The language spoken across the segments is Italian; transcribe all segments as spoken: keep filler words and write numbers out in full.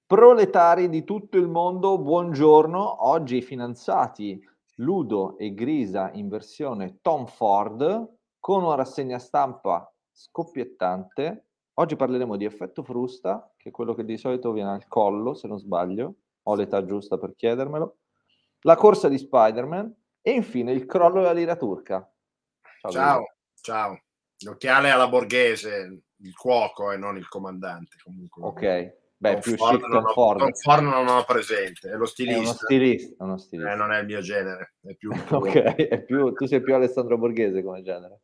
Proletari di tutto il mondo, buongiorno. Oggi i finanziati Ludo e Grisa in versione Tom Ford, con una rassegna stampa scoppiettante. Oggi parleremo di effetto frusta, che è quello che di solito viene al collo, se non sbaglio. Ho l'età giusta per chiedermelo. La corsa di Spider-Man e infine il crollo della lira turca. Ciao Grisa. Ciao, ciao. L'occhiale alla Borghese, il cuoco e non il comandante. Comunque, Ok, beh, Tom più Ford chic non Tom ho, Tom Ford. Ford non ho presente, è lo È uno stilista. stilista, uno Eh, stilista. non è il mio genere, è più il tuo. Ok, è più, tu sei più Alessandro Borghese come genere.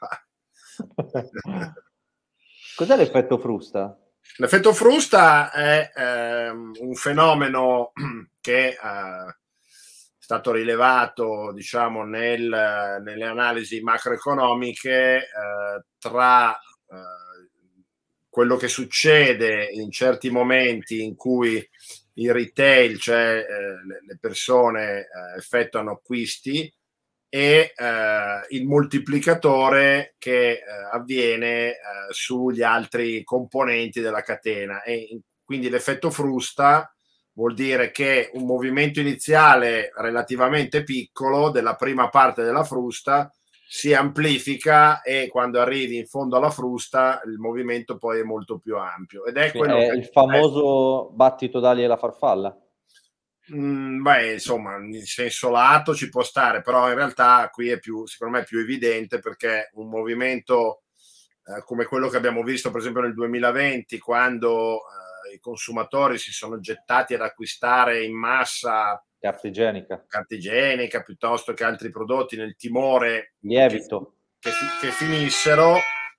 Cos'è l'effetto frusta? L'effetto frusta è ehm, un fenomeno che eh, è stato rilevato, diciamo, nel, nelle analisi macroeconomiche eh, tra eh, quello che succede in certi momenti in cui il retail, cioè eh, le, le persone eh, effettuano acquisti, e eh, il moltiplicatore che eh, avviene eh, sugli altri componenti della catena. E quindi l'effetto frusta vuol dire che un movimento iniziale relativamente piccolo della prima parte della frusta si amplifica e quando arrivi in fondo alla frusta il movimento poi è molto più ampio ed è Quindi quello è che il famoso battito d'ali e la farfalla. Mm, beh, insomma, in senso lato ci può stare, però in realtà qui è più, secondo me, è più evidente perché un movimento eh, come quello che abbiamo visto, per esempio, nel duemilaventi, quando eh, i consumatori si sono gettati ad acquistare in massa Carta igienica. carta igienica piuttosto che altri prodotti nel timore che, Lievito. che, che finissero.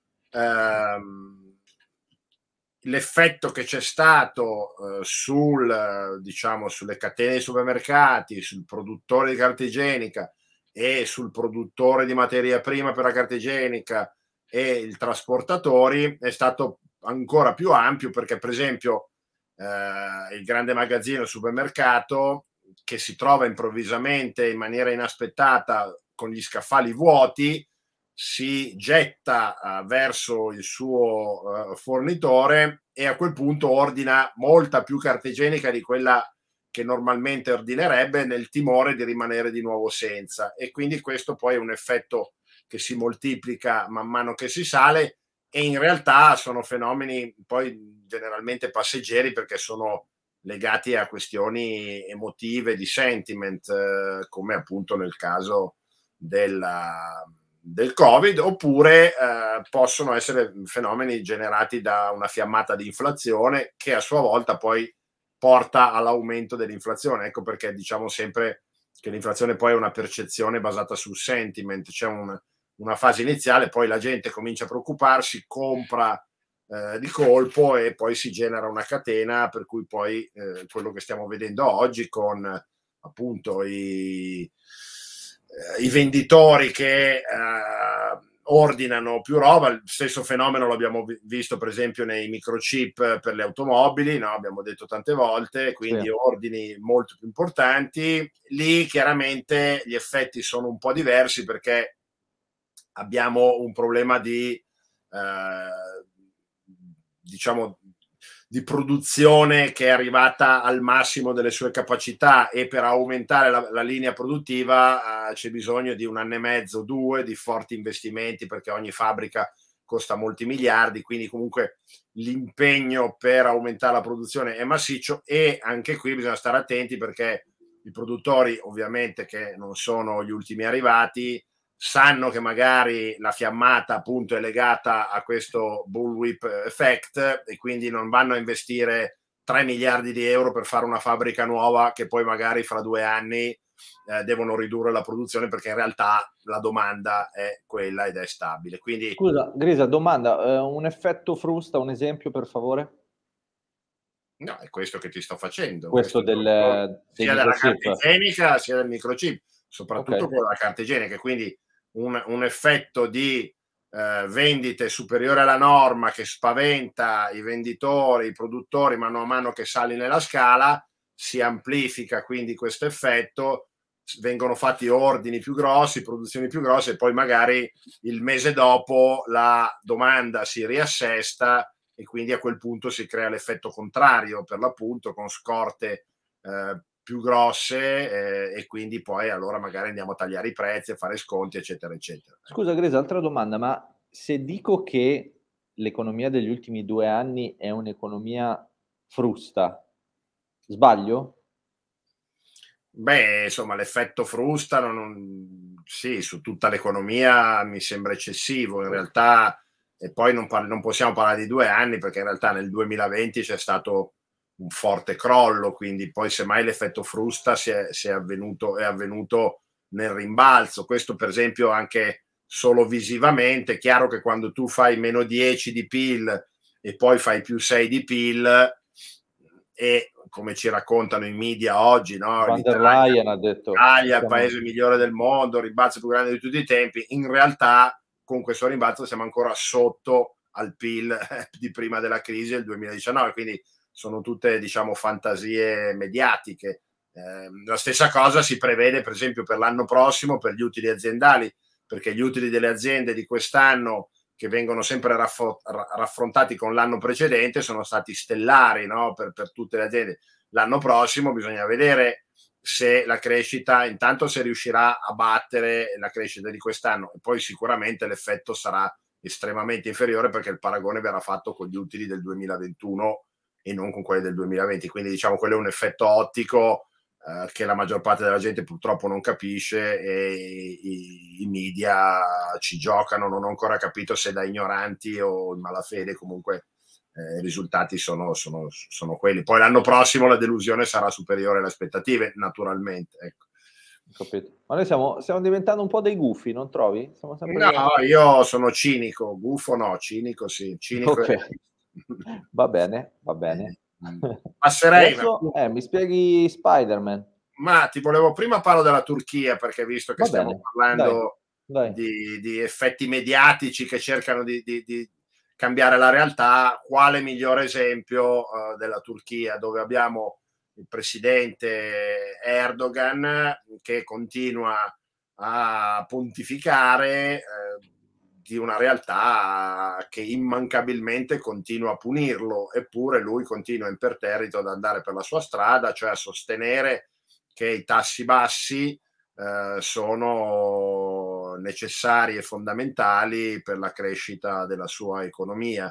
Ehm, L'effetto che c'è stato eh, sul, eh, diciamo, sulle catene di supermercati, sul produttore di carta igienica e sul produttore di materia prima per la carta igienica e i trasportatori è stato ancora più ampio perché, per esempio, eh, il grande magazzino, il supermercato, che si trova improvvisamente in maniera inaspettata con gli scaffali vuoti, si getta uh, verso il suo uh, fornitore e a quel punto ordina molta più carta igienica di quella che normalmente ordinerebbe nel timore di rimanere di nuovo senza, e quindi questo poi è un effetto che si moltiplica man mano che si sale e in realtà sono fenomeni poi generalmente passeggeri perché sono legati a questioni emotive di sentiment, eh, come appunto nel caso della del Covid, oppure eh, possono essere fenomeni generati da una fiammata di inflazione che a sua volta poi porta all'aumento dell'inflazione. Ecco perché diciamo sempre che l'inflazione poi è una percezione basata sul sentiment, c'è un, una fase iniziale, poi la gente comincia a preoccuparsi, compra eh, di colpo e poi si genera una catena per cui poi eh, quello che stiamo vedendo oggi con appunto i i venditori che eh, ordinano più roba, il stesso fenomeno l'abbiamo visto per esempio nei microchip per le automobili, no? Abbiamo detto tante volte, quindi Sì. ordini molto più importanti. Lì chiaramente gli effetti sono un po' diversi perché abbiamo un problema di eh, diciamo di produzione che è arrivata al massimo delle sue capacità e per aumentare la, la linea produttiva eh, c'è bisogno di un anno e mezzo, due di forti investimenti perché ogni fabbrica costa molti miliardi, quindi comunque l'impegno per aumentare la produzione è massiccio e anche qui bisogna stare attenti perché i produttori ovviamente che non sono gli ultimi arrivati sanno che magari la fiammata appunto è legata a questo bullwhip effect e quindi non vanno a investire tre miliardi di euro per fare una fabbrica nuova che poi magari fra due anni eh, devono ridurre la produzione perché in realtà la domanda è quella ed è stabile. Quindi Scusa, Grisa, domanda, eh, un effetto frusta, un esempio per favore? no, è questo che ti sto facendo, Questo questo del, dei sia della carta microchip. igienica sia del microchip, Ok. soprattutto con la carta igienica, quindi un, un effetto di eh, vendite superiore alla norma che spaventa i venditori, i produttori mano a mano che sali nella scala, si amplifica quindi questo effetto, vengono fatti ordini più grossi, produzioni più grosse e poi magari il mese dopo la domanda si riassesta e quindi a quel punto si crea l'effetto contrario, per l'appunto, con scorte eh, più grosse eh, e quindi poi allora magari andiamo a tagliare i prezzi, a fare sconti, eccetera, eccetera. Scusa Gresa, altra domanda, ma se dico che l'economia degli ultimi due anni è un'economia frusta, sbaglio? Beh, insomma, l'effetto frusta, non, non, sì, su tutta l'economia mi sembra eccessivo, in realtà, e poi non, par- non possiamo parlare di due anni perché in realtà nel duemilaventi c'è stato un forte crollo, quindi poi semmai l'effetto frusta si è, si è avvenuto, è avvenuto nel rimbalzo. Questo per esempio anche solo visivamente, è chiaro che quando tu fai meno dieci di P I L e poi fai più sei di P I L e come ci raccontano i media oggi, no? Van der L'Italia, Leyen ha detto l'Italia è il siamo... paese migliore del mondo, il rimbalzo più grande di tutti i tempi, in realtà con questo rimbalzo siamo ancora sotto al P I L di prima della crisi del duemiladiciannove, quindi sono tutte, diciamo, fantasie mediatiche. Eh, la stessa cosa si prevede per esempio per l'anno prossimo per gli utili aziendali, perché gli utili delle aziende di quest'anno, che vengono sempre raffo- raffrontati con l'anno precedente, sono stati stellari, no? per, per tutte le aziende. L'anno prossimo bisogna vedere se la crescita, intanto se riuscirà a battere la crescita di quest'anno, e poi sicuramente l'effetto sarà estremamente inferiore perché il paragone verrà fatto con gli utili del duemilaventuno e non con quelli del duemilaventi, quindi diciamo quello è un effetto ottico eh, che la maggior parte della gente purtroppo non capisce e i, i media ci giocano, non ho ancora capito se da ignoranti o in malafede, comunque eh, i risultati sono, sono, sono quelli. Poi l'anno prossimo la delusione sarà superiore alle aspettative, naturalmente. Ecco. Capito. Ma noi stiamo, stiamo diventando un po' dei gufi, non trovi? Siamo No, sempre... io sono cinico, gufo no, cinico sì, cinico Ok, è... va bene, va bene. Passerei, ma, Adesso eh, mi spieghi Spider-Man. ma ti volevo prima parlo della Turchia, perché visto che Va stiamo bene, dai, parlando dai. di, di effetti mediatici che cercano di, di, di cambiare la realtà, quale migliore esempio uh, della Turchia, dove abbiamo il presidente Erdogan che continua a pontificare eh, di una realtà che immancabilmente continua a punirlo, eppure lui continua imperterrito ad andare per la sua strada, cioè a sostenere che i tassi bassi eh, sono necessari e fondamentali per la crescita della sua economia,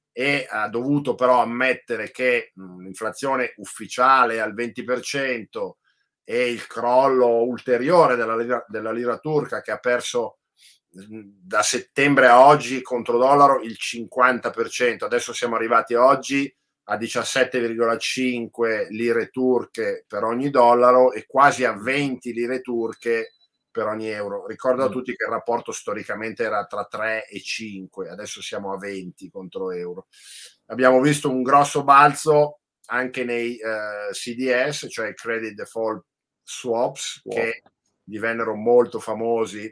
e ha dovuto però ammettere che mh, l'inflazione ufficiale è al venti per cento e il crollo ulteriore della lira, della lira turca, che ha perso mh, da settembre a oggi contro dollaro il cinquanta per cento. Adesso siamo arrivati oggi a diciassette virgola cinque lire turche per ogni dollaro e quasi a venti lire turche per ogni euro. Ricordo a tutti che il rapporto storicamente era tra tre e cinque, adesso siamo a venti contro euro. Abbiamo visto un grosso balzo anche nei eh, C D S, cioè Credit Default Swaps, wow, che divennero molto famosi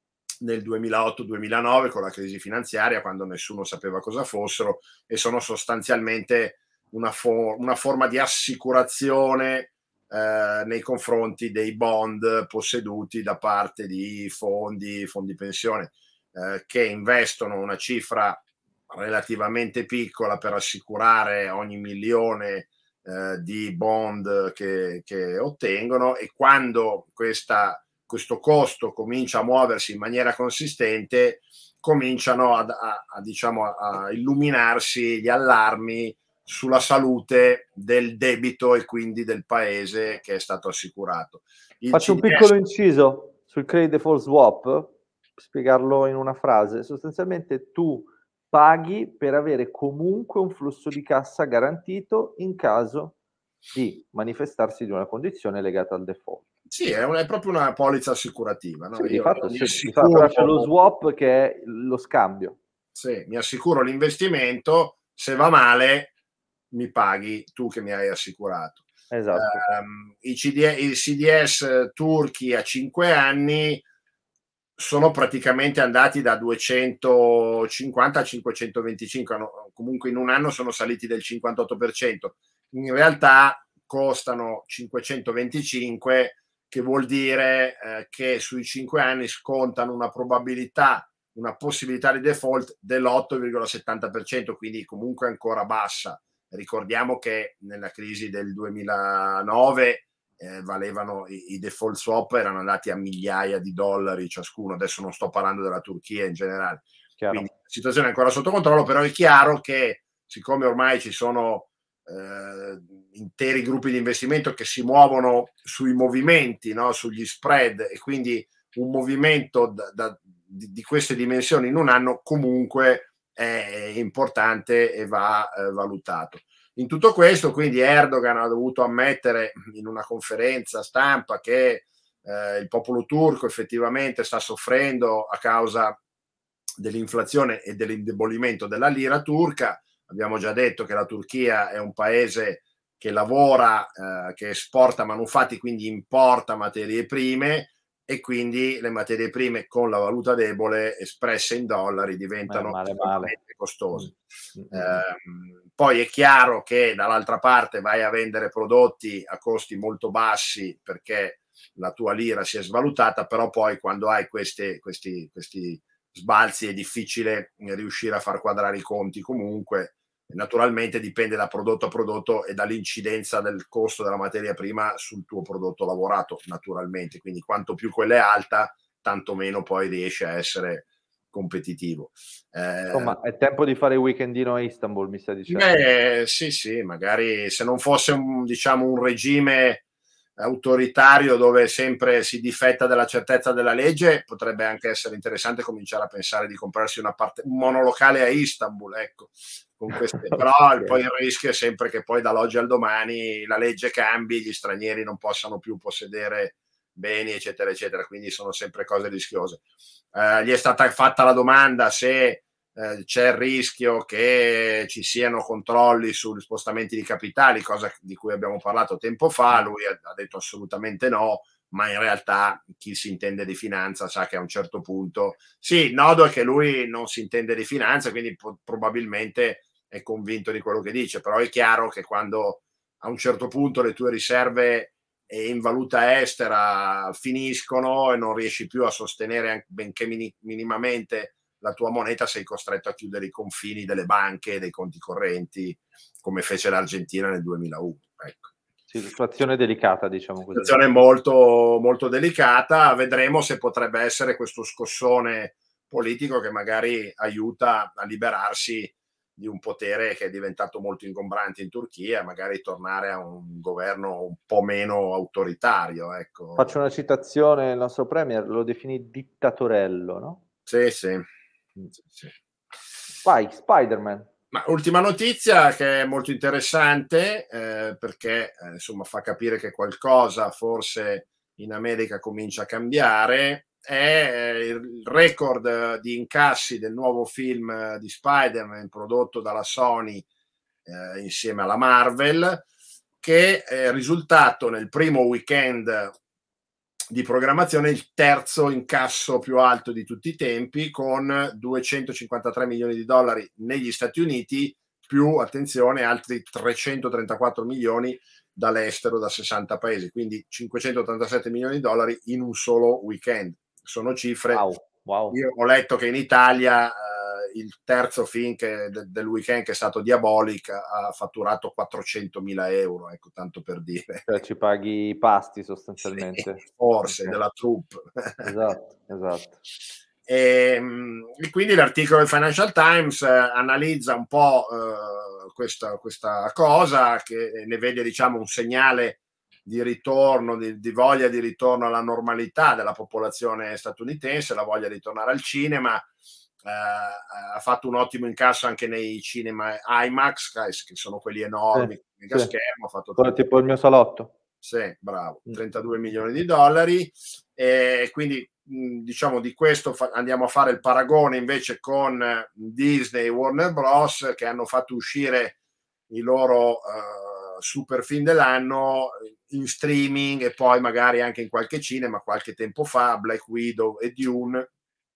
nel duemilaotto duemilanove con la crisi finanziaria, quando nessuno sapeva cosa fossero, e sono sostanzialmente una, for- una forma di assicurazione eh, nei confronti dei bond posseduti da parte di fondi, fondi pensione, eh, che investono una cifra relativamente piccola per assicurare ogni milione eh, di bond che, che ottengono, e quando questa questo costo comincia a muoversi in maniera consistente, cominciano a, a, a, diciamo, a illuminarsi gli allarmi sulla salute del debito e quindi del paese che è stato assicurato. Il Faccio C D S... un piccolo inciso sul credit default swap, spiegarlo in una frase. Sostanzialmente tu paghi per avere comunque un flusso di cassa garantito in caso di manifestarsi di una condizione legata al default. Sì, è, un, è proprio una polizza assicurativa. No? Sì, di Io, fatto io sì, assicuro, però c'è lo swap che è lo scambio. Sì, mi assicuro l'investimento, se va male mi paghi tu che mi hai assicurato. Esatto. Um, i, C D, i C D S turchi a cinque anni sono praticamente andati da duecentocinquanta a cinquecentoventicinque, no, comunque in un anno sono saliti del cinquantotto per cento. In realtà costano cinquecentoventicinque, che vuol dire eh, che sui cinque anni scontano una probabilità una possibilità di default dell'otto virgola settanta per cento, quindi comunque ancora bassa. Ricordiamo che nella crisi del duemilanove eh, valevano i, i default swap, erano andati a migliaia di dollari ciascuno. Adesso non sto parlando della Turchia in generale. Chiaro. Quindi la situazione è ancora sotto controllo, però è chiaro che siccome ormai ci sono eh, interi gruppi di investimento che si muovono sui movimenti, no? Sugli spread, e quindi un movimento da, da, di, di queste dimensioni in un anno comunque è importante e va eh, valutato. In tutto questo, quindi, Erdogan ha dovuto ammettere in una conferenza stampa che eh, il popolo turco effettivamente sta soffrendo a causa dell'inflazione e dell'indebolimento della lira turca. Abbiamo già detto che la Turchia è un paese che lavora, eh, che esporta manufatti, quindi importa materie prime, e quindi le materie prime con la valuta debole espresse in dollari diventano male, male. costose. Mm, mm, Eh, poi è chiaro che dall'altra parte vai a vendere prodotti a costi molto bassi perché la tua lira si è svalutata, però poi quando hai queste, questi, questi sbalzi è difficile riuscire a far quadrare i conti comunque. Naturalmente dipende da prodotto a prodotto e dall'incidenza del costo della materia prima sul tuo prodotto lavorato, naturalmente, quindi quanto più quella è alta, tanto meno poi riesce a essere competitivo. Eh, Insomma, è tempo di fare il weekendino a Istanbul, mi sta dicendo. Beh, sì, sì, magari se non fosse un, diciamo, un regime autoritario dove sempre si difetta della certezza della legge, potrebbe anche essere interessante cominciare a pensare di comprarsi una parte, un monolocale a Istanbul, ecco. Con queste, però okay. Poi il rischio è sempre che poi dall'oggi al domani la legge cambi, gli stranieri non possano più possedere beni, eccetera, eccetera, quindi sono sempre cose rischiose. Eh, gli è stata fatta la domanda se eh, c'è il rischio che ci siano controlli sugli spostamenti di capitali, cosa di cui abbiamo parlato tempo fa. Lui ha, ha detto assolutamente no, ma in realtà chi si intende di finanza sa che a un certo punto, sì, il nodo è che lui non si intende di finanza, quindi po- probabilmente è convinto di quello che dice, però è chiaro che quando a un certo punto le tue riserve in valuta estera finiscono e non riesci più a sostenere, benché mini- minimamente, la tua moneta, sei costretto a chiudere i confini delle banche e dei conti correnti, come fece l'Argentina nel duemilauno. Ecco. Situazione delicata, diciamo così. Situazione molto, molto delicata. Vedremo se potrebbe essere questo scossone politico che magari aiuta a liberarsi di un potere che è diventato molto ingombrante in Turchia, magari tornare a un governo un po' meno autoritario. Ecco. Faccio una citazione, il nostro premier lo definì dittatorello, no? Sì, sì. Mm. sì, sì. Vai, Spider-Man. Ma ultima notizia che è molto interessante eh, perché eh, insomma fa capire che qualcosa forse in America comincia a cambiare, è eh, il record di incassi del nuovo film di Spider-Man prodotto dalla Sony eh, insieme alla Marvel, che è risultato nel primo weekend di programmazione il terzo incasso più alto di tutti i tempi, con duecentocinquantatré milioni di dollari negli Stati Uniti, più, attenzione, altri trecentotrentaquattro milioni dall'estero, da sessanta paesi, quindi cinquecentottantasette milioni di dollari in un solo weekend. Sono cifre. Wow, wow. Io ho letto che in Italia eh, il terzo film che, de, del weekend, che è stato Diabolic, ha fatturato quattrocentomila euro, ecco, tanto per dire. Cioè ci paghi i pasti sostanzialmente. Sì, forse, okay. Della troupe. Esatto, esatto. E, e quindi l'articolo del Financial Times eh, analizza un po' eh, questa, questa cosa, che ne vede, diciamo, un segnale di ritorno, di, di voglia di ritorno alla normalità della popolazione statunitense, la voglia di tornare al cinema. Eh, ha fatto un ottimo incasso anche nei cinema IMAX, che sono quelli enormi, sì, mega sì. schermo. Ha fatto trenta... tipo il mio salotto. Sì, bravo, trentadue milioni di dollari. E quindi diciamo di questo fa- andiamo a fare il paragone invece con Disney e Warner Bros., che hanno fatto uscire i loro uh, super film dell'anno in streaming e poi magari anche in qualche cinema qualche tempo fa, Black Widow e Dune.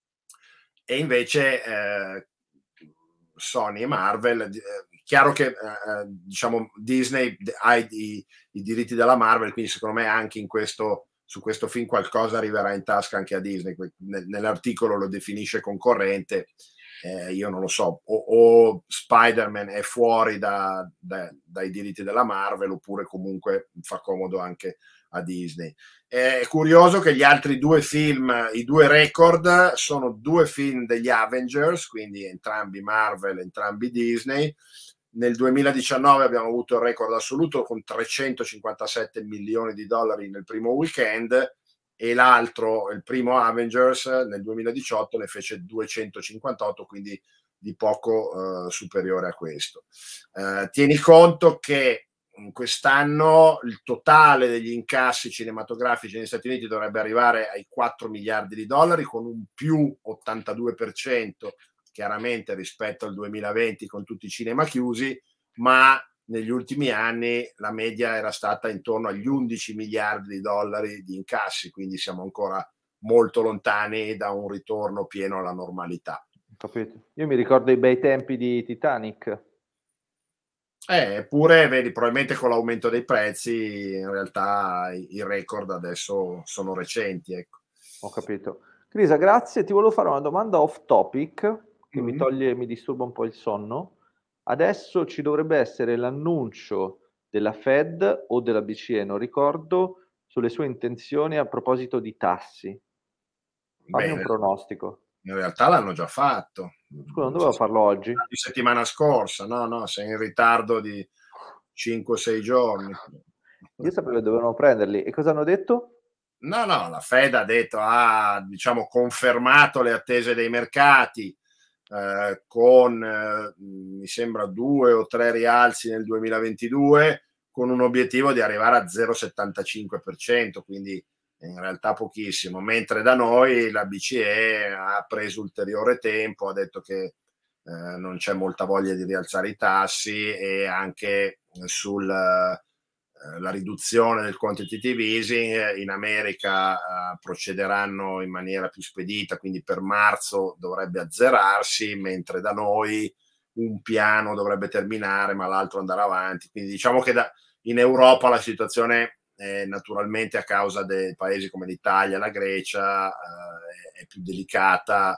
E invece eh, Sony e Marvel, eh, chiaro che eh, diciamo Disney ha i, i diritti della Marvel, quindi secondo me anche in questo su questo film qualcosa arriverà in tasca anche a Disney. Nell'articolo lo definisce concorrente, eh, io non lo so, o, o Spider-Man è fuori da, da, dai diritti della Marvel, oppure comunque fa comodo anche a Disney. È curioso che gli altri due film, i due record, sono due film degli Avengers, quindi entrambi Marvel, entrambi Disney. Nel duemiladiciannove abbiamo avuto il record assoluto con trecentocinquantasette milioni di dollari nel primo weekend, e l'altro, il primo Avengers, nel duemiladiciotto ne fece duecentocinquantotto, quindi di poco eh, superiore a questo. Eh, tieni conto che quest'anno il totale degli incassi cinematografici negli Stati Uniti dovrebbe arrivare ai quattro miliardi di dollari, con un più ottantadue per cento chiaramente rispetto al duemilaventi, con tutti i cinema chiusi, ma negli ultimi anni la media era stata intorno agli undici miliardi di dollari di incassi, quindi siamo ancora molto lontani da un ritorno pieno alla normalità. Capito. Io mi ricordo i bei tempi di Titanic. Eh, eppure, vedi, probabilmente con l'aumento dei prezzi, in realtà i, i record adesso sono recenti, ecco. Ho capito. Grisa, grazie. Ti volevo fare una domanda off topic che Mm. mi toglie, mi disturba un po' il sonno. Adesso ci dovrebbe essere l'annuncio della Fed o della B C E, non ricordo, sulle sue intenzioni a proposito di tassi. Fammi Beh, un pronostico. in realtà l'hanno già fatto. Scusa, non dovevo farlo oggi? Di settimana scorsa, no, no, sei in ritardo di cinque sei giorni. Io sapevo che dovevano prenderli. E cosa hanno detto? No, no, la Fed ha detto, ha diciamo confermato le attese dei mercati, eh, con eh, mi sembra due o tre rialzi nel duemilaventidue, con un obiettivo di arrivare a zero virgola settantacinque per cento, quindi in realtà pochissimo, mentre da noi la B C E ha preso ulteriore tempo, ha detto che eh, non c'è molta voglia di rialzare i tassi, e anche sul eh, la riduzione del quantitative easing in America eh, procederanno in maniera più spedita, quindi per marzo dovrebbe azzerarsi, mentre da noi un piano dovrebbe terminare ma l'altro andare avanti, quindi diciamo che da, in Europa la situazione eh, naturalmente a causa dei paesi come l'Italia, la Grecia eh, è più delicata,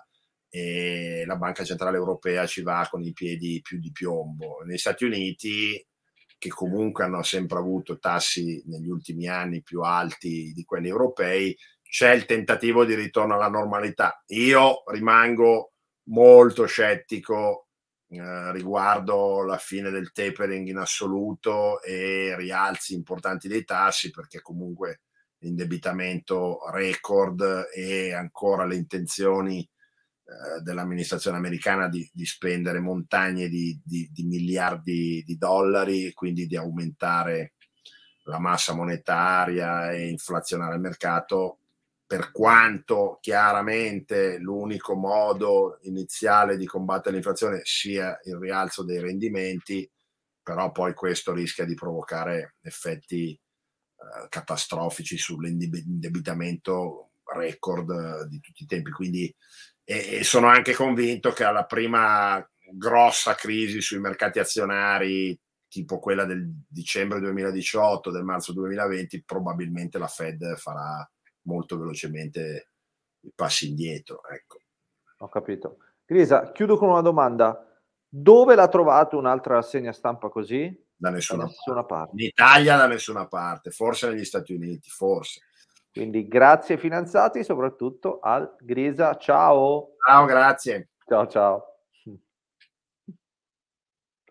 e la Banca Centrale Europea ci va con i piedi più di piombo. Negli Stati Uniti, che comunque hanno sempre avuto tassi negli ultimi anni più alti di quelli europei, c'è il tentativo di ritorno alla normalità. Io rimango molto scettico eh, riguardo la fine del tapering in assoluto e rialzi importanti dei tassi, perché comunque l'indebitamento record e ancora le intenzioni eh, dell'amministrazione americana di, di spendere montagne di, di, di miliardi di dollari, quindi di aumentare la massa monetaria e inflazionare il mercato, per quanto chiaramente l'unico modo iniziale di combattere l'inflazione sia il rialzo dei rendimenti, però poi questo rischia di provocare effetti eh, catastrofici sull'indebitamento record eh, di tutti i tempi. Quindi e, e sono anche convinto che alla prima grossa crisi sui mercati azionari, tipo quella del dicembre duemiladiciotto, del marzo duemilaventi, probabilmente la Fed farà molto velocemente i passi indietro. Ecco. Ho capito. Grisa, chiudo con una domanda. Dove l'ha trovato un'altra rassegna stampa così? Da nessuna, da nessuna parte. parte. In Italia da nessuna parte, forse negli Stati Uniti, forse. Quindi grazie finanziati, soprattutto al Grisa. Ciao. Ciao, grazie. Ciao, ciao.